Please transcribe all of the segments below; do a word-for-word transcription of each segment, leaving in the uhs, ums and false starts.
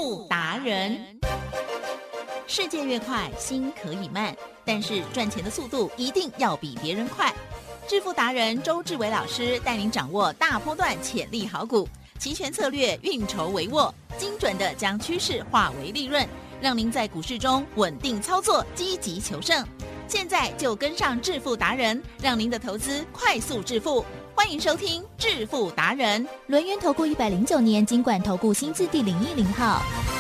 富达人。世界越快，心可以慢，但是赚钱的速度一定要比别人快。致富达人周志伟老师带您掌握大波段潜力好股，期权策略运筹帷幄，精准的将趋势化为利润，让您在股市中稳定操作，积极求胜。现在就跟上致富达人，让您的投资快速致富。欢迎收听致富达人。 轮源投顾一百零九年金管投顾新字第零一零号。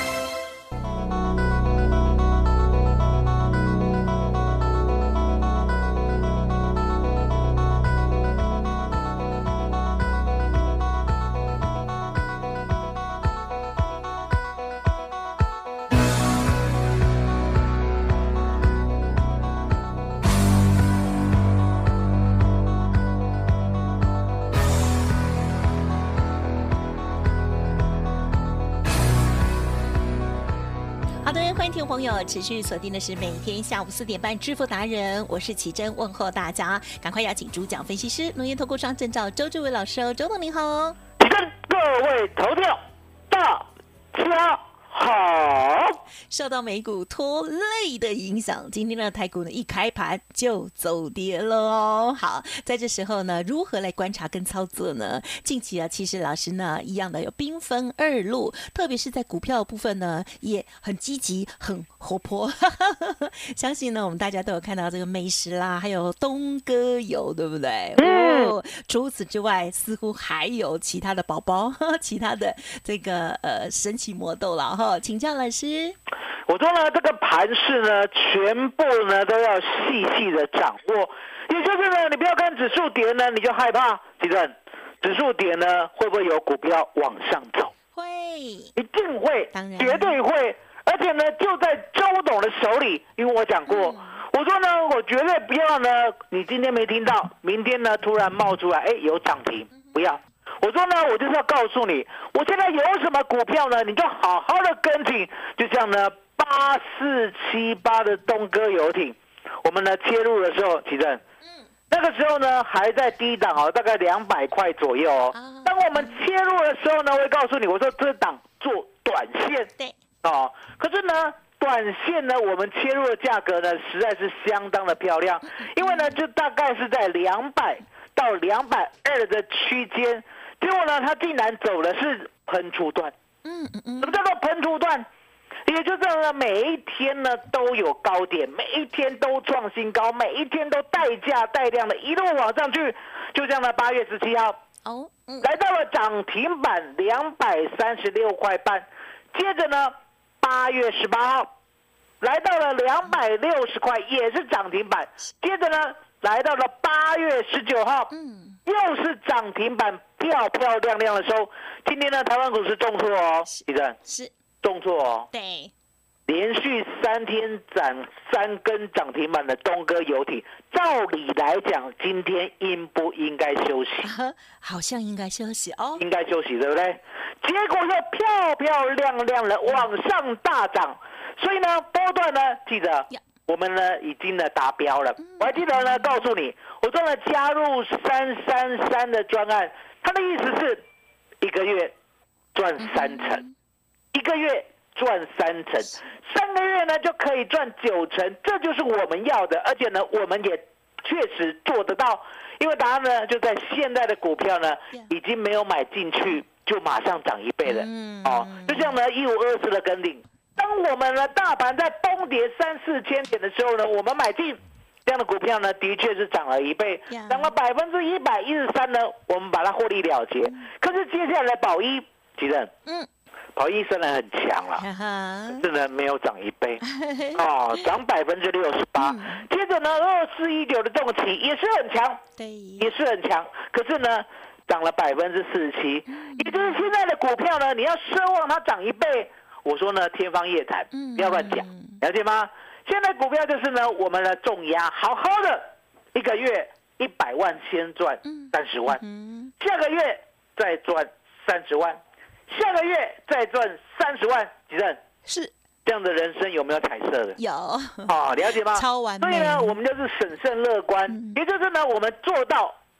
欢迎听众朋友持续锁定的是每天下午四点半致富达人，我是奇珍，问候大家，赶快邀请主讲分析师龙岩投顾双证照周志伟老师哦，周董您好哦。 奇珍，各位投票大家好。 受到美股拖累的影响，今天的台股呢一开盘就走跌了哦。好，在这时候呢，如何来观察跟操作呢？近期啊，其实老师呢一样的有兵分二路，特别是在股票的部分呢，也很积极、很活泼。相信呢，我们大家都有看到这个美食啦，还有东哥油，对不对？哦，除此之外，似乎还有其他的宝宝，其他的这个呃神奇魔豆了哈。请教老师。 我说呢，这个盘势呢，全部呢都要细细的掌握。也就是呢，你不要看指数跌呢，你就害怕。其实，指数跌呢，会不会有股票往上走？ 会， 一定会， 当然， 绝对会。而且呢，就在周董的手里，因为我讲过，嗯、我说呢，我绝对不要呢，你今天没听到，明天呢突然冒出来，哎，有涨停，不要。我说呢，我就是要告诉你，我现在有什么股票呢，你就好好的跟紧，就像呢八四七八的东哥游艇，我们呢切入的时候，奇正，那个时候呢还在低档哦，大概两百块左右哦。当我们切入的时候呢，我会告诉你，我说这档做短线， 对， 哦，可是呢。短线呢，我们切入的价格呢，实在是相当的漂亮，因为呢，就大概是在两百到两百二的区间，结果呢，它竟然走的是喷出段。嗯嗯嗯，什么叫做喷出段？也就是呢，每一天呢都有高点，每一天都创新高，每一天都带价带量的一路往上去，就像呢八月十七号，哦，嗯、来到了涨停板两百三十六块半，接着呢。八月十八号，来到了两百六十块，也是涨停板。接着呢，来到了八月十九号，嗯，又是涨停板，漂漂亮亮的收。今天呢，台湾股市重挫哦，李正是重挫哦， 对， 连续三天涨三根涨停板的东哥游艇，照理来讲，今天应不应该休息？ 啊、好像应该休息哦， 应该休息，对不对？结果又漂漂亮亮的往上大涨，所以呢，波段呢，记得我们呢已经呢达标了。我还记得呢，告诉你，我说呢加入三三三的专案，它的意思是一个月赚三成，一个月赚三成，三个月呢就可以赚九成，这就是我们要的，而且呢，我们也确实做得到，因为答案呢就在现在的股票呢已经没有买进去。就马上涨一倍了，嗯、哦，就像呢一五二四的跟领，当我们呢大盘在崩跌三四千点的时候呢，我们买进这样的股票呢，的确是涨了一倍，涨了百分之一百一十三呢，我们把它获利了结。嗯、可是接下来宝一，其实，嗯，宝一虽然很强了，可是呢没有涨一倍，哦，涨百分之六十八。接着呢，二四一九的重企也是很强，对，也是很强，可是呢。涨了百分之四十七，也就是现在的股票呢，你要奢望它涨一倍，我说呢天方夜谭，不要乱讲，了解吗？现在股票就是呢，我们的重压，好好的一个月一百万先赚三十万，下个月再赚三十万，下个月再赚三十万，几正是这样的人生有没有彩色的？ 有啊，了解吗？ 超完美。 所以呢，我们就是审慎乐观，嗯、也就是呢，我们做到。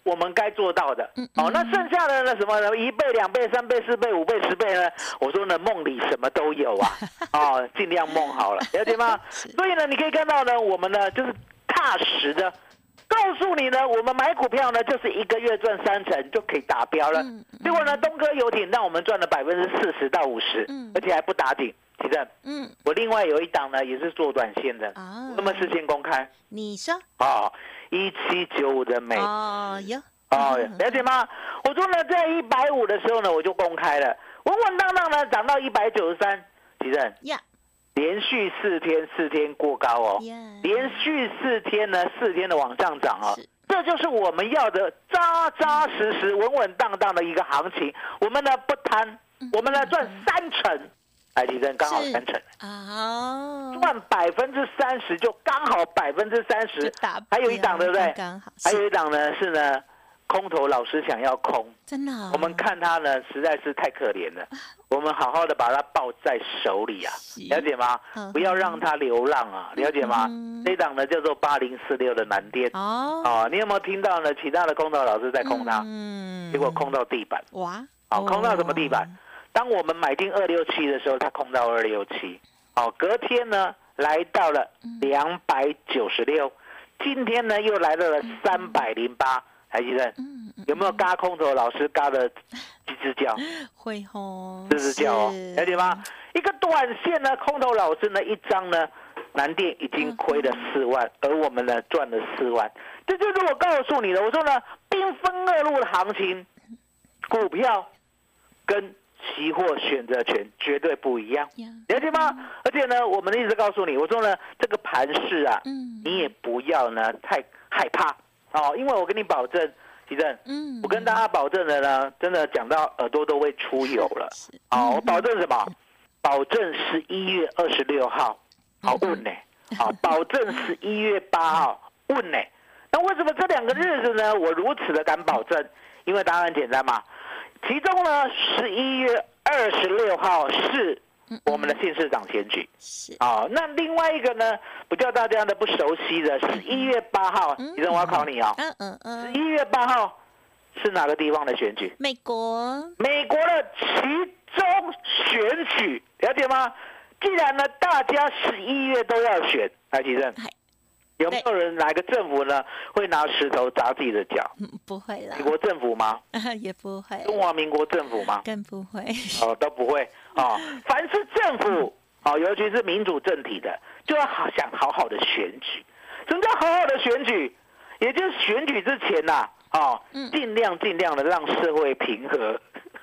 我们该做到的。哦，那剩下的呢什么呢？一倍、两倍、三倍、四倍、五倍、十倍呢？我说呢，梦里什么都有啊。哦，尽量梦好了，了解吗？所以呢，你可以看到呢，我们呢就是踏实的告诉你呢，我们买股票呢就是一个月赚三成就可以达标了。结果呢，东哥游艇让我们赚了百分之四十到五十，而且还不打紧。其实，嗯，我另外有一档呢，也是做短线的，啊，那么事先公开。 你说？ 哦，一七九五的美。 哦，有。 哦，了解吗？我说呢，在一百五的时候呢，我就公开了，稳稳当当呢涨到一百九十三，其实，呀，连续四天四天过高哦， yeah. 连续四天呢四天的往上涨哦，这就是我们要的扎扎实实、稳稳当当的一个行情。我们呢不贪，我们呢赚三成。台积电刚好三成啊，赚百分之三十就刚好百分之三十，还有一档对不对？刚好，还有一档呢是呢，空头老师想要空，真的、哦，我们看他呢实在是太可怜了，我们好好的把他抱在手里啊，了解吗？不要让他流浪啊，了解吗？嗯、这档呢叫做八零四六的南电哦，哦，你有没有听到呢？其他的空头老师在空它，嗯，结果空到地板，哇，好、哦，空到什么地板？当我们买进二六七的时候，它空到二六七，好，隔天呢来到了两百九十六，今天呢又来到了三百零八，台积电有没有嘎空头老师嘎的几只叫？ 会吼， 吱吱叫哦，了解吗？一个短线呢，空头老师呢一张呢，南电已经亏了四万，而我们呢赚了四万，这就是我告诉你的。我说呢，兵分二路的行情，股票跟期货选择权绝对不一样，了解吗？而且呢，我们一直告诉你，我说呢，这个盘势啊，你也不要呢太害怕哦，因为我跟你保证，其正，我跟大家保证的呢，真的讲到耳朵都会出油了。哦，我保证什么？保证十一月二十六号，好问呢，好，保证十一月八号问呢。那为什么这两个日子呢？我如此的敢保证？因为答案很简单嘛。其中呢，十一月二十六号是我们的县市长选举，是啊、哦。那另外一个呢，不叫大家的不熟悉的，十一月八号，医生、嗯、我要考你啊、哦，嗯嗯嗯，十一月八号是哪个地方的选举？ 美国， 美国的其中选举，了解吗？既然呢，大家十一月都要选，来提正。有没有人哪个政府呢会拿石头砸自己的脚？ 嗯，不会啦。 美国政府吗？ 也不会。 中华民国政府吗？ 更不会。 哦，都不会哦。凡是政府哦，尤其是民主政体的，就要好想好好的选举。什么叫好好的选举？也就是选举之前呐、啊，哦，尽量尽量的让社会平和。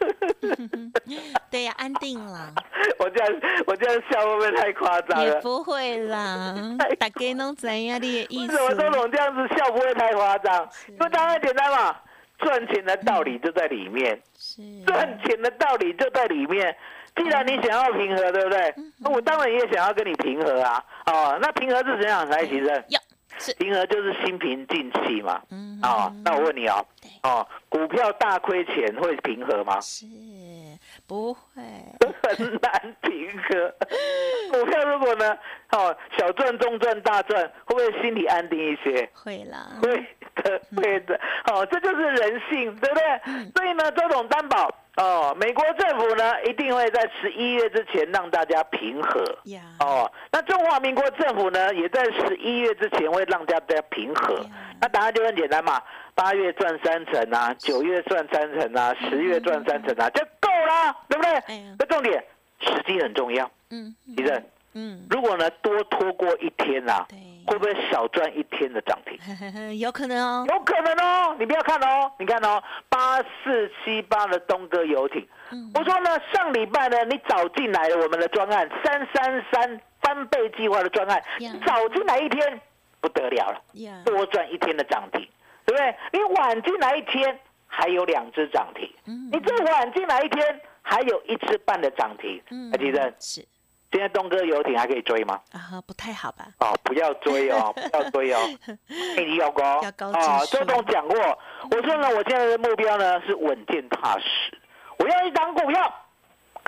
对呀、啊，安定了。 我这样我这样笑会不会太夸张了？ 也不会啦，大家都知道你的意思。 为什么周总这样子笑不会太夸张？因为当然简单嘛，赚钱的道理就在里面。是赚钱的道理就在里面。既然你想要平和，对不对？那我当然也想要跟你平和啊。哦，那平和是怎样才提升？平和就是心平静气嘛。嗯。哦，那我问你哦，哦，股票大亏钱会平和吗？ 是。不会， 很难平和。股票如果呢，哦，小赚、中赚、大赚，会不会心里安定一些？ 会啦， 会的，会的。哦，这就是人性，对不对？嗯、所以呢，周董担保，哦，美国政府呢一定会在十一月之前让大家平和。Yeah. 哦，那中华民国政府呢，也在十一月之前会让大家平和。Yeah. 那答案就很简单嘛，八月赚三成啊，九月赚三成啊，十月赚三成啊，就够啦，对不对？这、哎、重点，时机很重要。嗯，医生，嗯，如果呢多拖过一天啊，会不会少赚一天的涨停？ 有可能哦， 有可能哦。你不要看哦，你看哦，八四七八的东哥游艇，嗯、我说呢，上礼拜呢，你早进来了我们的专案三三三翻倍计划的专案，你早进来一天。不得了了， yeah. 多赚一天的涨停，对不对？你晚进来一天，还有两只涨停，嗯、你再晚进来一天，还有一只半的涨停。还记得是？现在东哥游艇还可以追吗？ 啊，不太好吧？ 哦，不要追哦，不要追哦，你要高， 要高啊！ 周董讲过，我说呢，我现在的目标呢是稳健踏实，我要一档股票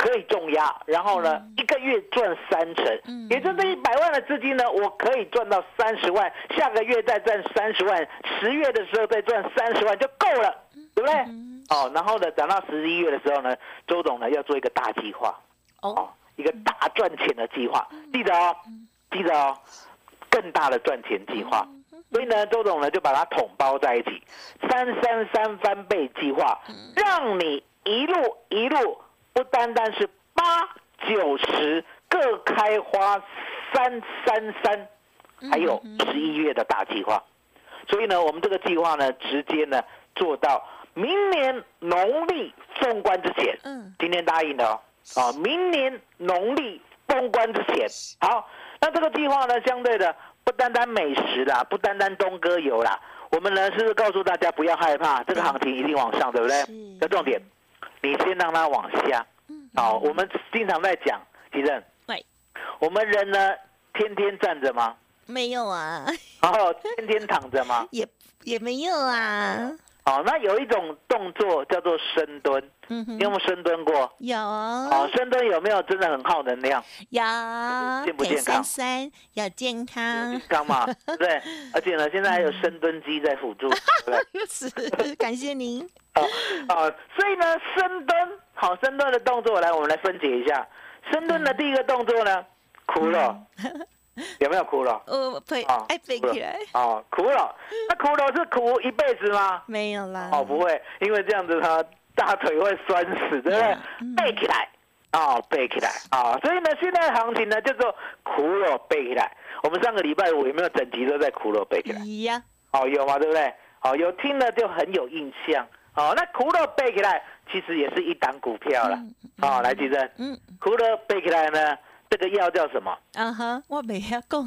可以重压，然后呢，一个月赚三成，也就是这一百万的资金呢，我可以赚到三十万，下个月再赚三十万，十月的时候再赚三十万就够了，对不对？哦，然后呢，等到十一月的时候呢，周董呢要做一个大计划，哦，一个大赚钱的计划，记得哦，记得哦，更大的赚钱计划。所以呢，周董呢就把它统包在一起，三三三翻倍计划，让你一路一路不单单是八九十各开花三三三，还有十一月的大计划。所以呢，我们这个计划呢，直接呢做到明年农历封关之前。嗯，今天答应的哦，啊，明年农历封关之前。好，那这个计划呢，相对的。不单单美食啦，不单单东哥游啦，我们呢是不是告诉大家不要害怕，这个行情一定往上，对不对？这重点，你先让它往下。好，我们经常在讲，其正， 对， 我们人呢天天站着吗？ 没有啊。 然后天天躺着吗？ 也也没有啊。 好，那有一种动作叫做深蹲，嗯、你有没有深蹲过？ 有。 好，深蹲有没有真的很耗能量？ 有。 健不健康？ 酸酸，有健康。 健康嘛，对不对？而且呢，现在还有深蹲机在辅助，对不对？ 是，感谢您。 好，好，所以呢，深蹲，好，深蹲的动作，来，我们来分解一下。深蹲的第一个动作呢，苦了。有没有苦了？ 我背爱背起来。 哦，苦了。那苦了是苦一辈子吗？ 没有啦。 哦，不会，因为这样子它大腿会酸死，对不对？背起来，哦，背起来，啊，所以呢，现在的行情呢叫做苦了背起来。我们上个礼拜五有没有整集都在苦了背起来？ 呀。 哦，有吗？对不对？哦，有听了就很有印象。哦，那苦了背起来其实也是一档股票了。哦，来，吉珍，嗯，苦了背起来呢？这个药叫什么？ 啊哈，我没要讲。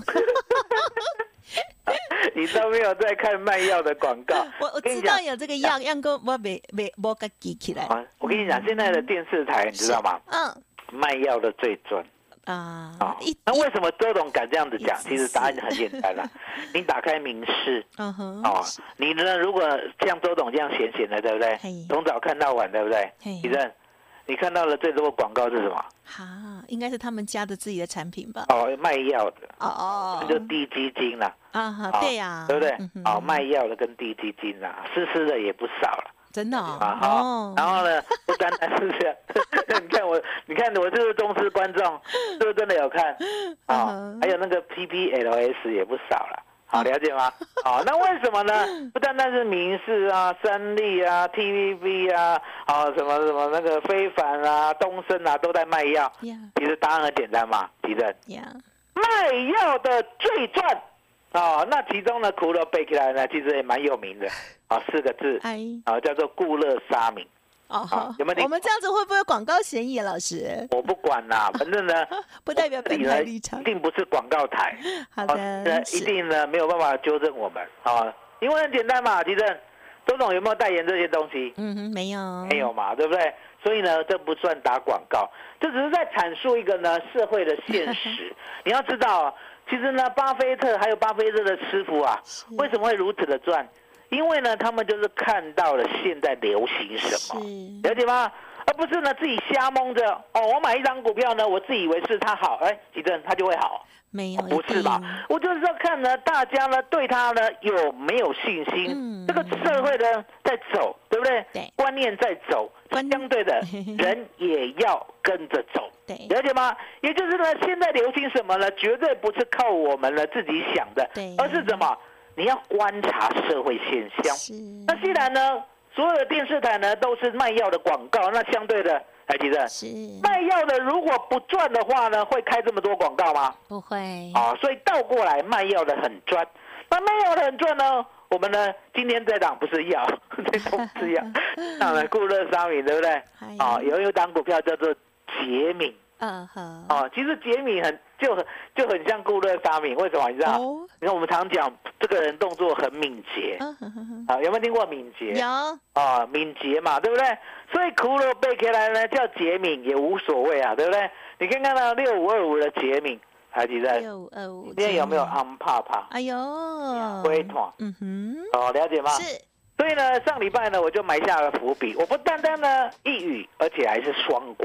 你都没有在看卖药的广告。 我我知道有这个药，样哥我没没没给记起来。 我跟你讲，现在的电视台你知道吗？ 嗯， 卖药的最准啊。 啊，那为什么周董敢这样子讲？其实答案很简单啦。你打开民视，嗯哼，哦，你呢？如果像周董这样闲闲的，对不对？从早看到晚，对不对？李正。你看到的最多的广告是什么？ 哈，应该是他们家的自己的产品吧？ 哦，卖药的。 哦哦， 就低基金啦。 啊，对呀， 对不对？哦，卖药的跟低基金啦，湿湿的也不少了。 真的哦。 啊，好。然后呢，不单单是这样，你看我，你看我这个忠实观众，是不是真的有看？啊，还有那个 P P L S 也不少了。好，了解吗？好，那为什么呢？不单单是民视啊、三立啊、T V B 啊，啊什么什么那个非凡啊、东升啊，都在卖药。Yeah. 其实答案很简单嘛，吉正。Yeah. 卖药的最赚啊、哦，那其中呢，苦乐背起来呢，其实也蛮有名的啊、哦，四个字啊、哦，叫做固乐沙明。 哦，好，有没有？我们这样子会不会有广告嫌疑？老师， 我不管啦，反正呢， 不代表本台立场， 一定不是广告台。 好的， 呃，一定呢没有办法纠正我们啊，因为很简单嘛，其正，周总有没有代言这些东西？ 嗯哼，没有， 没有嘛，对不对？所以呢，这不算打广告，这只是在阐述一个呢社会的现实。你要知道，其实呢，巴菲特还有巴菲特的师傅啊，为什么会如此的赚？因为呢，他们就是看到了现在流行什么，了解吗？而不是呢自己瞎蒙着哦。我买一张股票呢，我自以为是它好，哎，吉正它就会好， 没有， 不是吧？我就是要看呢，大家呢对它呢有没有信心？嗯、这个社会呢在走，对不对？ 对， 观念在走，相对的人也要跟着走， 对， 了解吗？也就是呢，现在流行什么呢？绝对不是靠我们呢自己想的，而是什么？你要观察社会现象。那既然呢，所有的电视台呢都是卖药的广告，那相对的，还记得卖药的如果不赚的话呢，会开这么多广告吗？ 不会。 啊，所以倒过来卖药的很赚。那卖药的很赚呢，我们呢今天这档不是药，这档是药，当然固乐沙明，对不对？啊，有一档股票叫做捷敏。嗯哼。啊，其实捷敏很。就很就很像固乐沙明，为什么你知道？哦、你看我们常讲这个人动作很敏捷，啊，啊有没有听过敏捷？ 有啊，敏捷嘛，对不对？所以苦乐背起来呢叫捷敏也无所谓啊，对不对？你看看那六五二五的捷敏，还记得？ 六五二五， 今天有没有安帕帕？ 哎呦， 微团，嗯哼，哦，了解吗？ 是。 所以呢，上礼拜呢我就埋下了伏笔，我不单单呢一语，而且还是双关。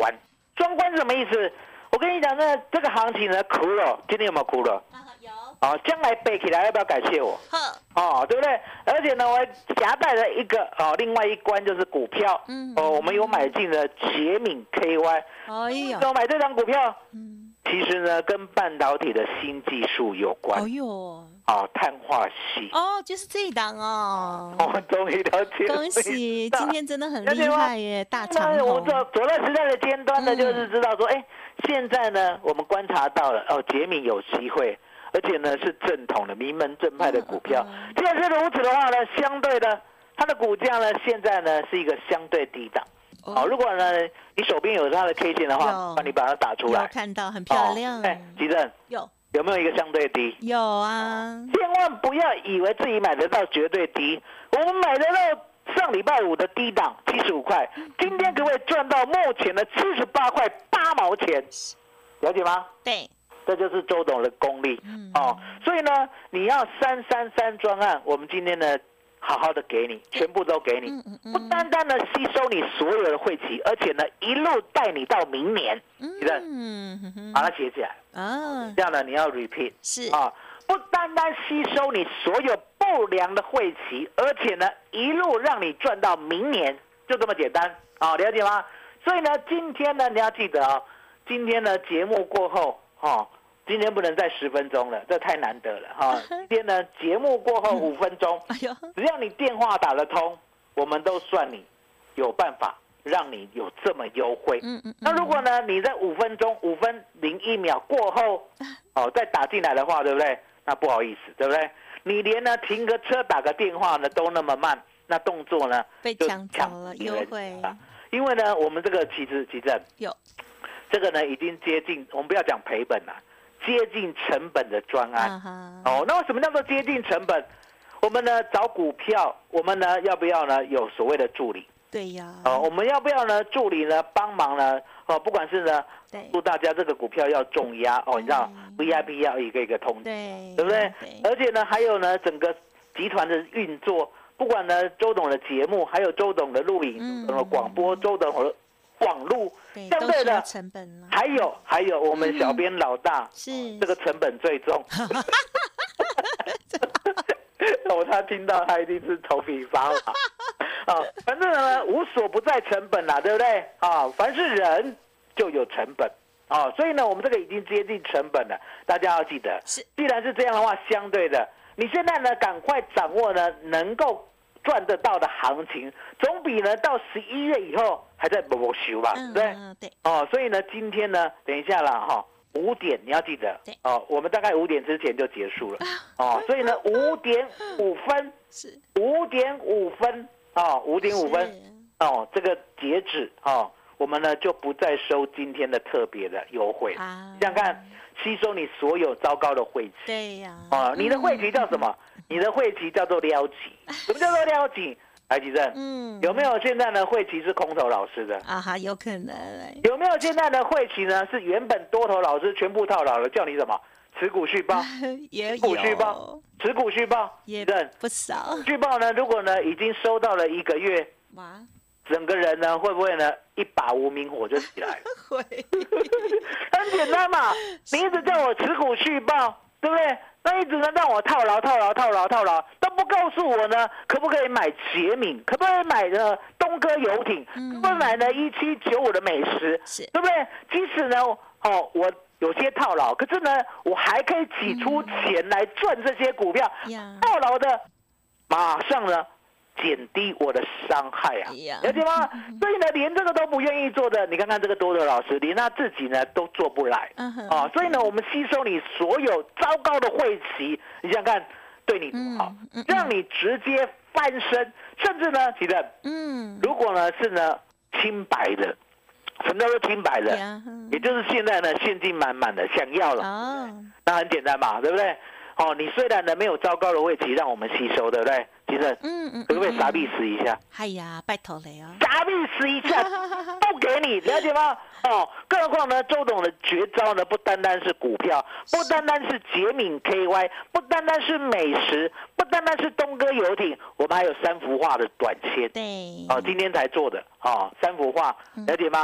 双关是什么意思？我跟你讲，那这个行情呢，哭了，今天有没有哭了？ 啊，有。 哦，将来背起来要不要感谢我？哦，对不对？而且呢，我还夹带了一个哦，另外一关就是股票。嗯。哦，我们有买进了捷敏 K Y。哎呀。怎么买这张股票？嗯。其实呢，跟半导体的新技术有关。哎呦。哦，碳化系。 哦，就是这一档哦。 哦，终于了解。 恭喜，今天真的很厉害耶，大长红。 我走走在时代的尖端呢，就是知道说，哎，现在呢，我们观察到了哦，捷敏有机会。而且呢，是正统的名门正派的股票。既然是如此的话呢，相对的，它的股价呢，现在呢是一个相对低档。哦，如果呢你手边有它的 K 线的话，帮你把它打出来。 有看到，很漂亮。 哎，吉正有有没有一个相对低？ 有啊。 千万不要以为自己买得到绝对低，我们买得到上礼拜五的低档七十五块，今天可不可以赚到目前的七十八块八毛钱？了解吗？ 对。 这就是周董的功力、嗯、哦，所以呢，你要三三三专案，我们今天呢，好好的给你，全部都给你，嗯嗯嗯、不单单的吸收你所有的会期，而且呢，一路带你到明年，记得、嗯、把它写起来啊，这样呢，你要 repeat 是啊，不单单吸收你所有不良的会期，而且呢，一路让你赚到明年，就这么简单啊，了解吗？所以呢，今天呢，你要记得啊、哦，今天呢，节目过后。哦，今天不能再十分钟了，这太难得了哈、哦。今天呢，节目过后五分钟，只要你电话打得通，我们都算你有办法让你有这么优惠。嗯嗯。那如果呢，你在五分钟五分零一秒过后，哦，再打进来的话，对不对？那不好意思，对不对？你连呢停个车打个电话呢都那么慢，那动作呢被抢走了优惠。 因为呢，我们这个其实其实有。 这个呢，已经接近，我们不要讲赔本了，接近成本的专案。Uh-huh. 哦，那什么叫做接近成本？我们呢找股票，我们呢要不要呢有所谓的助理？ 对呀。 哦，我们要不要呢助理呢帮忙呢？哦，不管是呢，祝大家这个股票要重压哦，你知道 V I P 要一个一个通知， 对， 对不对？对。而且呢，还有呢整个集团的运作，不管呢周董的节目，还有周董的录影、嗯、周董的广播、周董的网路，相对的成本，还有还有我们小编老大、嗯、是这个成本最重。哦，他听到他一定是头皮发麻。啊，反正呢无所不在成本啦，对不对？啊，凡是人就有成本啊，所以呢我们这个已经接近成本了，大家要记得。是，既然是这样的话，相对的，你现在呢赶快掌握呢能够赚得到的行情，总比呢到十一月以后还在摸摸修吧，对不对？嗯，对。哦，所以呢，今天呢，等一下啦，哈，五点你要记得，哦，我们大概五点之前就结束了，哦，所以呢，五点五分是五点五分，哦，五点五分，哦，这个截止，哦，我们呢就不再收今天的特别的优惠，啊，想想看，吸收你所有糟糕的会期， 对呀， 哦，你的会期叫什么？你的会期叫做撩起，什么叫做撩起？来，吉正，嗯，有没有现在呢？会期是空头老师的啊哈，有可能。 有没有现在的会期呢？是原本多头老师全部套牢了，叫你什么？持股续报， 也有持股续报，持股续报， 也不少。 续报呢，如果呢已经收到了一个月，哇，整个人呢会不会呢一把无名火就起来了？ 会， 很简单嘛，你一直叫我持股续报，对不对？那一直呢让我套牢套牢套牢套牢，都不告诉我呢，可不可以买捷敏，可不可以买呢东哥游艇，嗯、可不可以买呢一七九五的美食，对不对？即使呢，哦，我有些套牢，可是呢，我还可以挤出钱来赚这些股票，嗯、套牢的马上呢减低我的伤害啊，了解吗？所以呢，连这个都不愿意做的，你看看这个多多老师，连他自己呢都做不来啊。所以呢，我们吸收你所有糟糕的晦气，你想想看，对你多好，让你直接翻身，甚至呢，其实，嗯，如果呢是呢清白的，什么叫做清白的？也就是现在呢现金满满的想要了，那很简单嘛，对不对？哦，你虽然呢没有糟糕的晦气让我们吸收，对不对？其实，嗯嗯，可不可以傻逼死一下？ 哎呀，拜托了哟！ 傻逼死一下，都给你，了解吗？哦，更何况呢，周董的绝招呢，不单单是股票，不单单是捷敏 K Y， 不单单是美食，不单单是东哥游艇，我们还有三幅画的短线。 对， 哦，今天才做的，哦，三幅画，了解吗？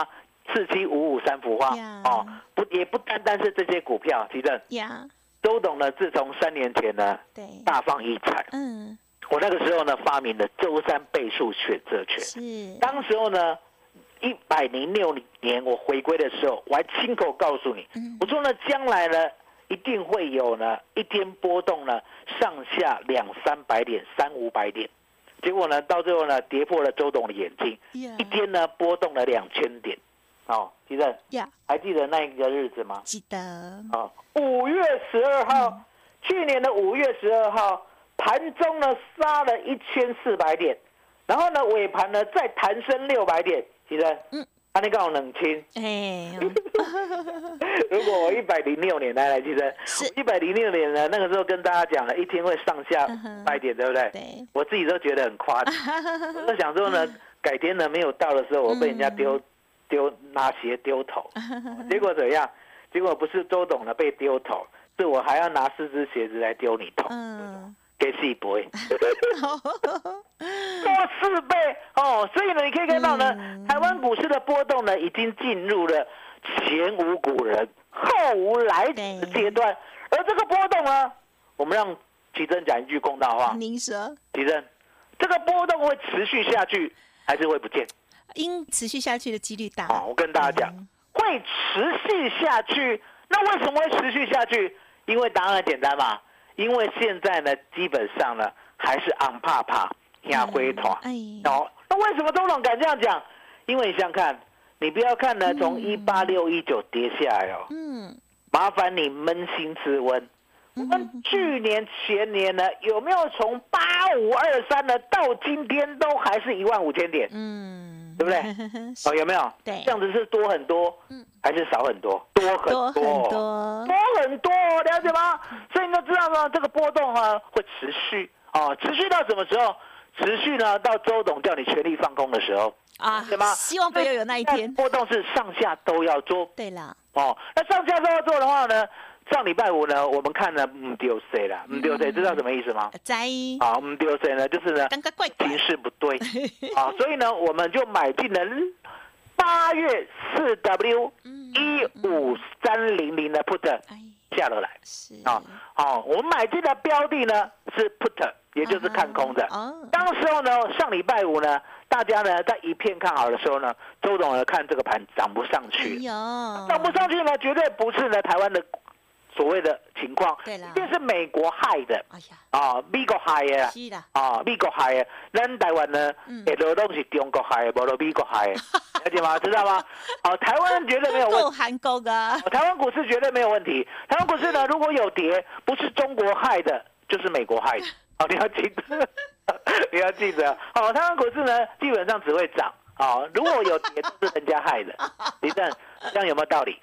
四七五五三幅画 Yeah. 哦，不也不单单是这些股票，其实呀， 周董呢，自从三年前呢对， 大放异彩， 嗯， 我那个时候呢发明了周三倍数选择权， 是， 当时候呢一百零六年我回归的时候，我还亲口告诉你， 嗯我说呢将来呢一定会有呢一天波动呢上下两三百点、三五百点，结果呢到最后呢跌破了周董的眼睛，一天呢波动了两千点。哦，记得呀， 还记得那一个日子吗？ 记得， 啊，五月十二号， 嗯、 去年的五月十二号，盘中呢杀了一千四百点，然后呢尾盘呢再弹升六百点，记得？嗯，啊，你刚好冷清。哎，如果我一百零六年来来，记得？一百零六年呢，那个时候跟大家讲了，一天会上下百点，对不对？ 对， 我自己都觉得很夸张，我在想说呢，改天呢没有到的时候，我被人家丢。丢拿鞋丢头，结果怎样？结果不是周董呢被丢头，是我还要拿四只鞋子来丢你头，嗯，给四倍，多四倍哦！所以呢，你可以看到呢，嗯、台湾股市的波动呢，已经进入了前无古人后无来者的阶段，而这个波动呢，我们让奇珍讲一句公道话， 您说， 奇珍，这个波动会持续下去，还是会不见？ 因持续下去的几率大。 好，我跟大家讲，嗯、会持续下去。那为什么会持续下去？因为答案很简单嘛，因为现在呢，基本上呢还是昂怕怕压灰团。哎，哦，那为什么周董敢这样讲？因为你想想看，你不要看呢，从一八六一九跌下来哦，嗯，麻烦你扪心自问。我们去年前年呢，有没有从八五二三呢到今天都还是一万五千点？嗯，对不对？哦，有没有？ 对， 这样子是多很多，嗯，还是少很多？多很多， 多很多， 多很多，了解吗？所以你就知道呢，这个波动啊会持续哦，持续到什么时候？持续呢到周董叫你全力放空的时候啊，对吗？ 希望不要有那一天。 波动是上下都要做。 对了， 哦，那上下都要做的话呢？上礼拜五呢，我们看了唔丢谁了，唔丢谁，知道什么意思吗？ 在啊，唔丢谁呢，就是呢，形势不对啊，所以呢，我们就买进了八月四 W 一五三零零的 put 下落来啊，好，我们买进的标的呢是 put， 也就是看空的。当时候呢，上礼拜五呢，大家呢在一片看好的时候呢，周董呢看这个盘涨不上去，涨不上去呢，绝对不是呢台湾的。所谓的情况，一定是美国害的，哎呀，啊，美国害的，是的，啊，美国害的，咱台湾呢，很多都是中国害的，不是美国害的，了解吗？知道吗？好，台湾绝对没有问题， 韩国啊， 台湾股市绝对没有问题。台湾股市呢，如果有跌，不是中国害的，就是美国害的。好，你要记得，你要记得，好，台湾股市呢，基本上只会涨。哦，如果有跌都是人家害的，李正，这样有没有道理？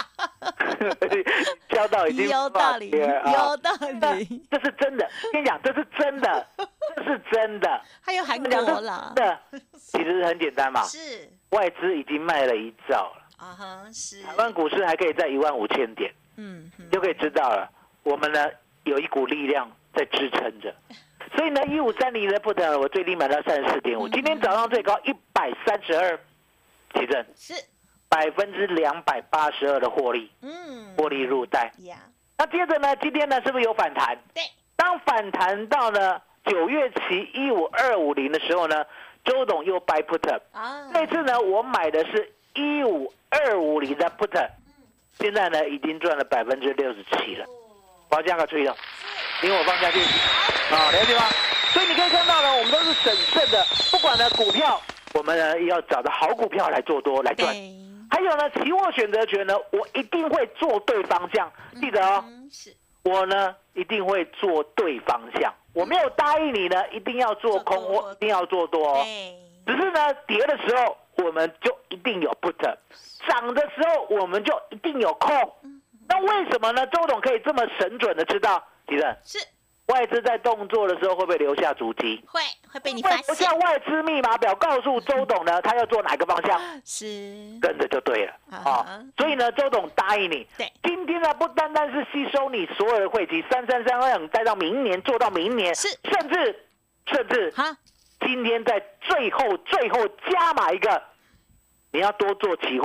教到已经有道理，有道理， 这是真的。跟你讲，这是真的，这是真的。 还有韩国啦， 的，其实很简单嘛， 是外资已经卖了一兆了， 啊哈，是。 台湾股市还可以在一万五千点，嗯，就可以知道了。我们呢有一股力量在支撑着。所以呢，一五三零的 put 我最低买到三十四点五，今天早上最高一百三十二，起正是百分之两百八十二的获利，嗯，获利入袋。Yeah. 那接着呢，今天呢是不是有反弹？ 对， 当反弹到呢九月期一五二五零的时候呢，周董又 buy put，啊，这次呢我买的是一五二五零的 put，嗯，现在呢已经赚了百分之六十七了，我要加个吹了。领我放下去啊，了解吗？所以你可以看到呢，我们都是审慎的，不管呢股票，我们呢要找到好股票来做多来赚。还有呢，期货选择权呢，我一定会做对方向，记得哦。嗯、是。我呢一定会做对方向，我没有答应你呢一定要做空，我一定要做多哦。只是呢跌的时候我们就一定有 put， 涨的时候我们就一定有空。那为什么呢？周董可以这么神准的知道？敌人是外资在动作的时候会不会留下足迹？ 会，会被你发现。 留下外资密码表，告诉周董呢，他要做哪个方向？ 是跟着就对了啊、哦。所以呢，周董答应你， 对， 今天呢不单单是吸收你所有的会期，三三三二带到明年，做到明年， 是， 甚至甚至哈，今天在最后最后加码一个，你要多做期货，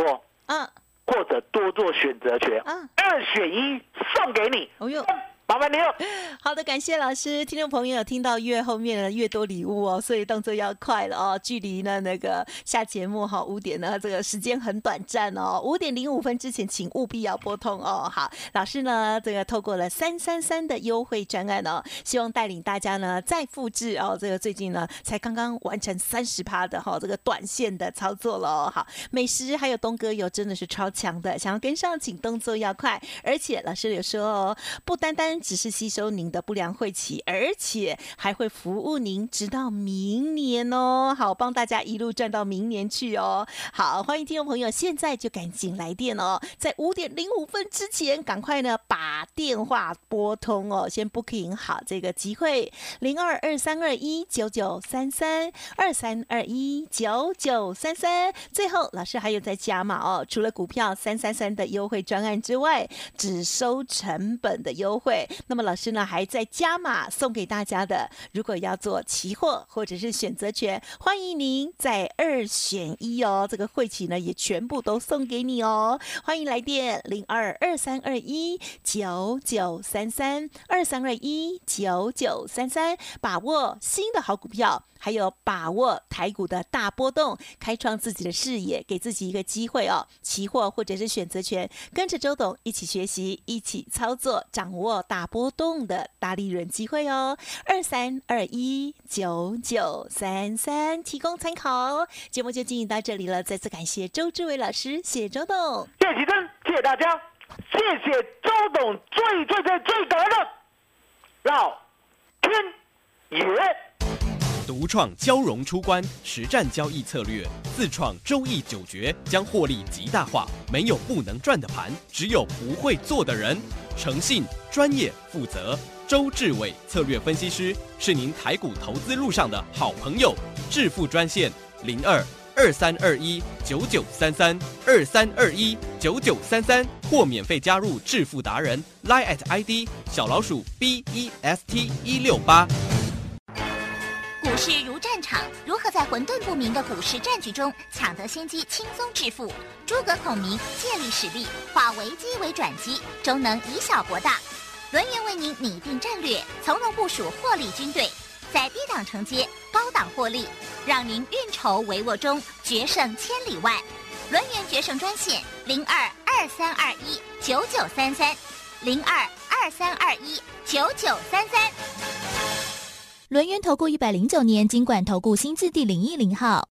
嗯， 或者多做选择权， 嗯， 二选一送给你。 哦哟。 麻烦你了。 好的，感谢老师。听众朋友有听到越后面呢越多礼物哦，所以动作要快了哦。距离呢那个下节目哈五点呢，这个时间很短暂哦。五点零五分之前，请务必要拨通哦。好，老师呢这个透过了三三三的优惠专案哦，希望带领大家呢再复制哦。这个最近呢才刚刚完成三十趴的哈、哦、这个短线的操作了哦。好，美食还有东哥油真的是超强的，想要跟上，请动作要快。而且老师有说哦，不单单只是吸收您的不良晦气，而且还会服务您直到明年哦。好，帮大家一路赚到明年去哦。好，欢迎听众朋友现在就赶紧来电哦，在五点零五分之前赶快呢把电话拨通哦，先 booking 好这个机会零二二三二一九九三三二三二一九九三三。最后老师还有在加码哦，除了股票三三三的优惠专案之外，只收成本的优惠。那么老师呢还在加码送给大家的，如果要做期货或者是选择权，欢迎您在二选一哦，这个会期呢也全部都送给你哦。欢迎来电零二二三二一九九三三二三二一九九三三，把握新的好股票，还有把握台股的大波动，开创自己的视野，给自己一个机会哦。期货或者是选择权，跟着周董一起学习，一起操作，掌握大波动的大利润机会哦。二三二一九九三三，提供参考。节目就进行到这里了，再次感谢周志伟老师，谢谢周董， 谢谢奇珍，谢谢大家，谢谢周董，最最最最感恩的老天爷。 独创交融出关实战交易策略，自创周易九诀，将获利极大化。没有不能赚的盘，只有不会做的人。诚信、专业、负责，周志伟策略分析师是您台股投资路上的好朋友。致富专线零二二三二一九九三三二三二一九九三三，或免费加入致富达人 Line at I D 小老鼠 B E S T 一六八。 股市如战场，如何在混沌不明的股市战局中抢得先机，轻松致富？诸葛孔明借力使力，化危机为转机，终能以小博大。轮源为您拟定战略，从容部署获利军队，在低档承接，高档获利，让您运筹帷幄中决胜千里外。轮源决胜专线零二二三二一九九三三零二二三二一九九三三。 轮源投顾一百零九年金管投顾新字第零一零号。